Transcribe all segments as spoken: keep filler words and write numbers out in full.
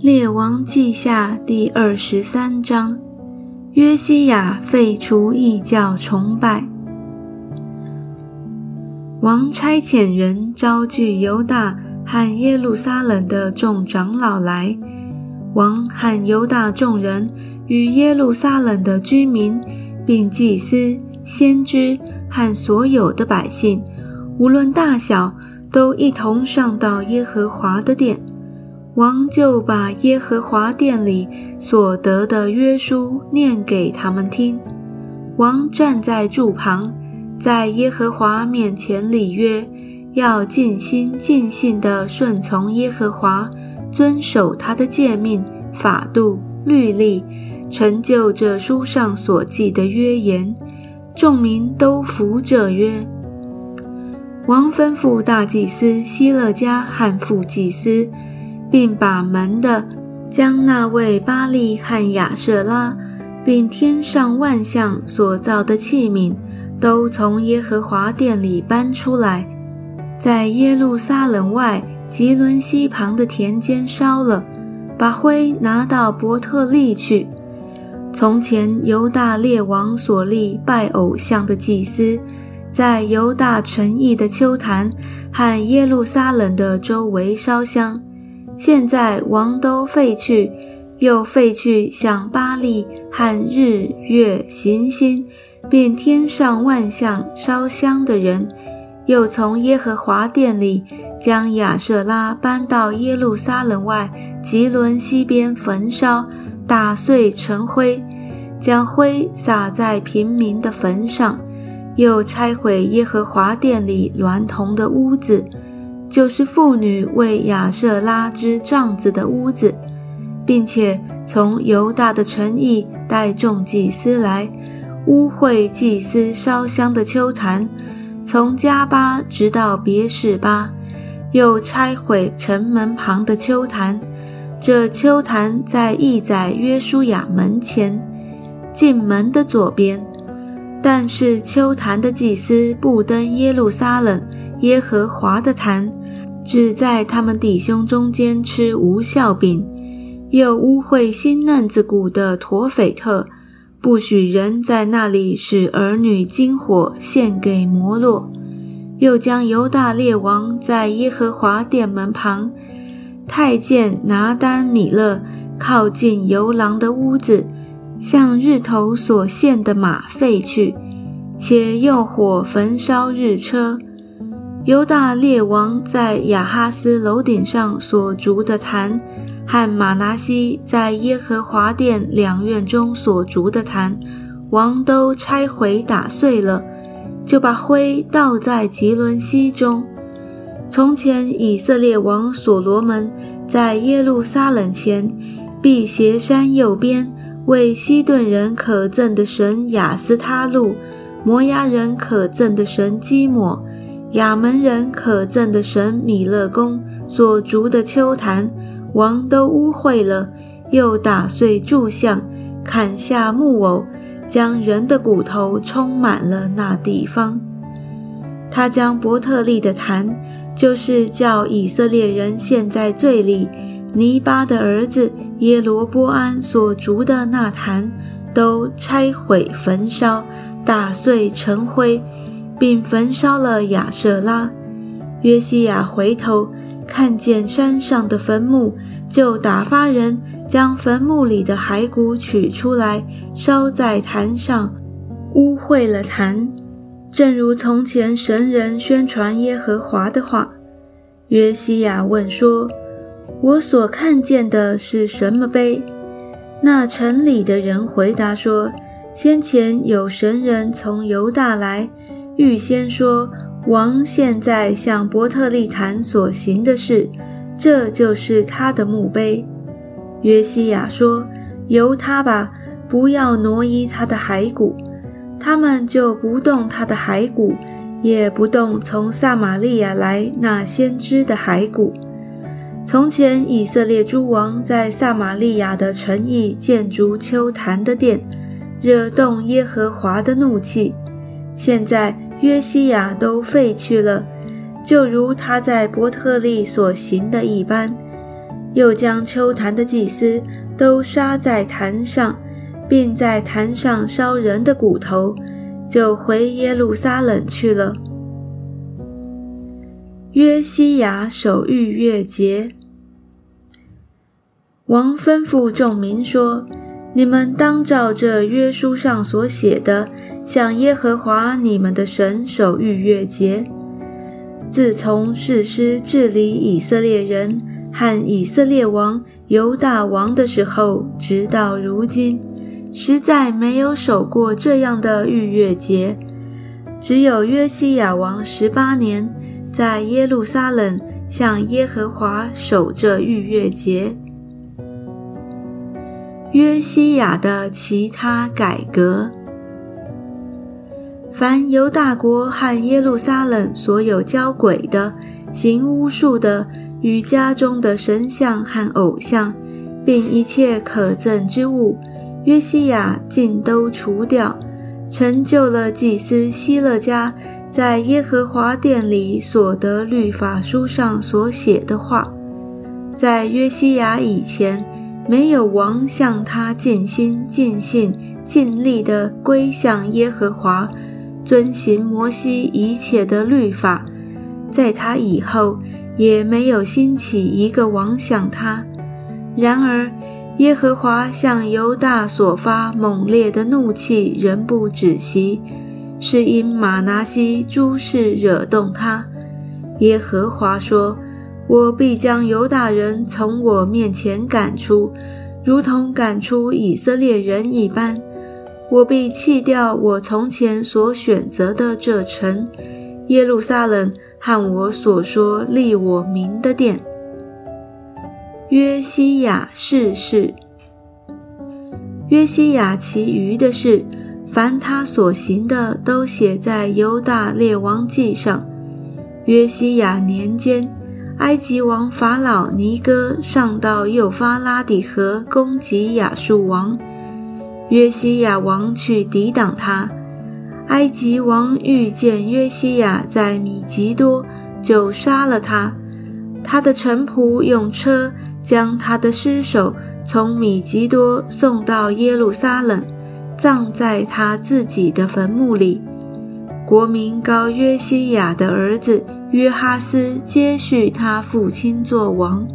列王记下第二十三章，约西亚废除异教崇拜。王差遣人招聚犹大和耶路撒冷的众长老来，王和犹大众人与耶路撒冷的居民，并祭司、先知和所有的百姓，无论大小，都一同上到耶和华的殿。王就把耶和华殿里所得的约书念给他们听。王站在柱旁，在耶和华面前立约，要尽心尽性地顺从耶和华，遵守他的诫命、法度、律例，成就这书上所记的约言。众民都服这约。王吩咐大祭司希勒家和副祭司，并把门的将那位巴力和亚舍拉，并天上万象所造的器皿，都从耶和华殿里搬出来，在耶路撒冷外吉伦西旁的田间烧了，把灰拿到伯特利去。从前犹大列王所立拜偶像的祭司，在犹大城邑的丘坛和耶路撒冷的周围烧香。现在王都废去，又废去向巴力和日月行星并天上万象烧香的人，又从耶和华殿里将亚舍拉搬到耶路撒冷外吉伦西边焚烧，打碎成灰，将灰撒在平民的坟上，又拆毁耶和华殿里娈童的屋子，就是妇女为亚舍拉织帐子的屋子，并且从犹大的城邑带众祭司来，污秽祭司烧香的丘坛，从加巴直到别是巴，又拆毁城门旁的丘坛。这丘坛在义宰约书亚门前，进门的左边。但是丘坛的祭司不登耶路撒冷耶和华的坛，只在他们弟兄中间吃无酵饼，又污秽新嫩子谷的陀斐特，不许人在那里使儿女经火献给摩洛。又将犹大列王在耶和华殿门旁太监拿单米勒靠近游廊的屋子，向日头所献的马废去，且用火焚烧日车。犹大列王在亚哈斯楼顶上所筑的坛，和马拿西在耶和华殿两院中所筑的坛，王都拆毁打碎了，就把灰倒在吉伦西中。从前以色列王所罗门在耶路撒冷前避斜山右边，为西顿人可憎的神亚斯他路，摩押人可憎的神基抹，亚门人可憎的神米勒公所筑的丘坛，王都污秽了，又打碎柱像，砍下木偶，将人的骨头充满了那地方。他将伯特利的坛，就是叫以色列人陷在罪里尼巴的儿子耶罗波安所筑的那坛，都拆毁焚烧，打碎成灰，并焚烧了亚舍拉。约西亚回头看见山上的坟墓，就打发人将坟墓里的骸骨取出来，烧在坛上，污秽了坛，正如从前神人宣传耶和华的话。约西亚问说：我所看见的是什么碑？那城里的人回答说：先前有神人从犹大来，预先说王现在向伯特利坛所行的事，这就是他的墓碑。约西亚说：由他吧，不要挪移他的骸骨。他们就不动他的骸骨，也不动从撒玛利亚来那先知的骸骨。从前以色列诸王在撒玛利亚的城邑建筑丘坛的殿，惹动耶和华的怒气。现在约西亚都废去了，就如他在伯特利所行的一般。 又将丘坛的祭司都杀在坛上，并在坛上烧人的骨头，就回耶路撒冷去了。约西亚守逾越节。王吩咐众民说，你们当照这约书上所写的，向耶和华你们的神守逾越节。自从士师治理以色列人和以色列王犹大王的时候，直到如今，实在没有守过这样的逾越节。只有约西亚王十八年，在耶路撒冷向耶和华守这逾越节。约西亚的其他改革。凡犹大国和耶路撒冷所有交鬼的、行巫术的、与家中的神像和偶像，并一切可憎之物，约西亚尽都除掉，成就了祭司希勒家在耶和华殿里所得律法书上所写的话。在约西亚以前，没有王向他尽心尽性尽力地归向耶和华，遵行摩西一切的律法。在他以后，也没有兴起一个王像他。然而耶和华向犹大所发猛烈的怒气仍不止息，是因玛拿西诸事惹动他。耶和华说，我必将犹大人从我面前赶出，如同赶出以色列人一般。我必弃掉我从前所选择的这城，耶路撒冷和我所说立我名的殿。约西亚逝世。约西亚其余的事，凡他所行的，都写在犹大列王记上。约西亚年间，埃及王法老尼哥上到幼发拉底河攻击亚述王，约西亚王去抵挡他。埃及王遇见约西亚在米吉多，就杀了他。他的臣仆用车将他的尸首从米吉多送到耶路撒冷，葬在他自己的坟墓里。国民膏约西亚的儿子约哈斯接续他父亲作王。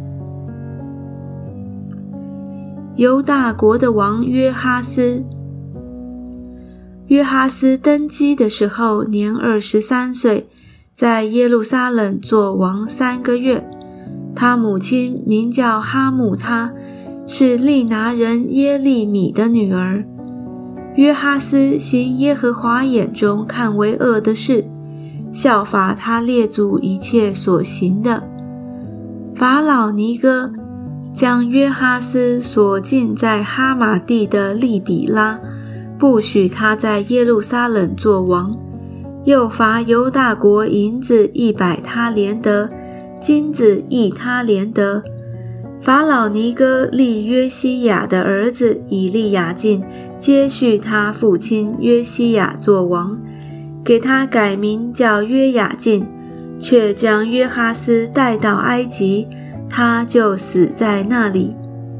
犹大国的王约哈斯。约哈斯登基的时候年二十三岁，在耶路撒冷作王三个月。他母亲名叫哈姆他，是利拿人耶利米的女儿。约哈斯行耶和华眼中看为恶的事，效法他列祖一切所行的。法老尼哥将约哈斯所禁在哈马地的利比拉，不许他在耶路撒冷作王，又罚犹大国银子一百他连得，金子一他连得。法老尼哥立约西亚的儿子以利亚敬接续他父亲约西亚作王，给他改名叫约雅敬，却将约哈斯带到埃及，他就死在那里。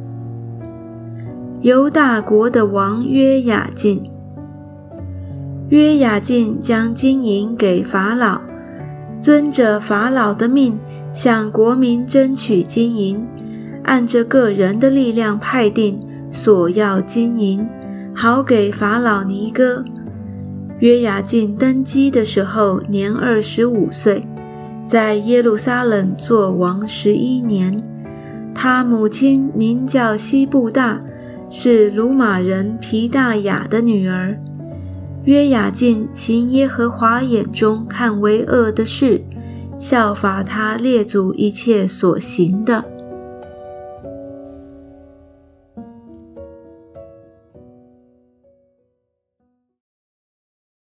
犹大国的王约雅敬。约雅敬将金银给法老，遵着法老的命，向国民争取金银，按着个人的力量派定索要金银，好给法老尼哥。约雅敬登基的时候年二十五岁，在耶路撒冷作王十一年。他母亲名叫西布大，是鲁玛人皮大雅的女儿。约雅敬行耶和华眼中看为恶的事，效法他列祖一切所行的。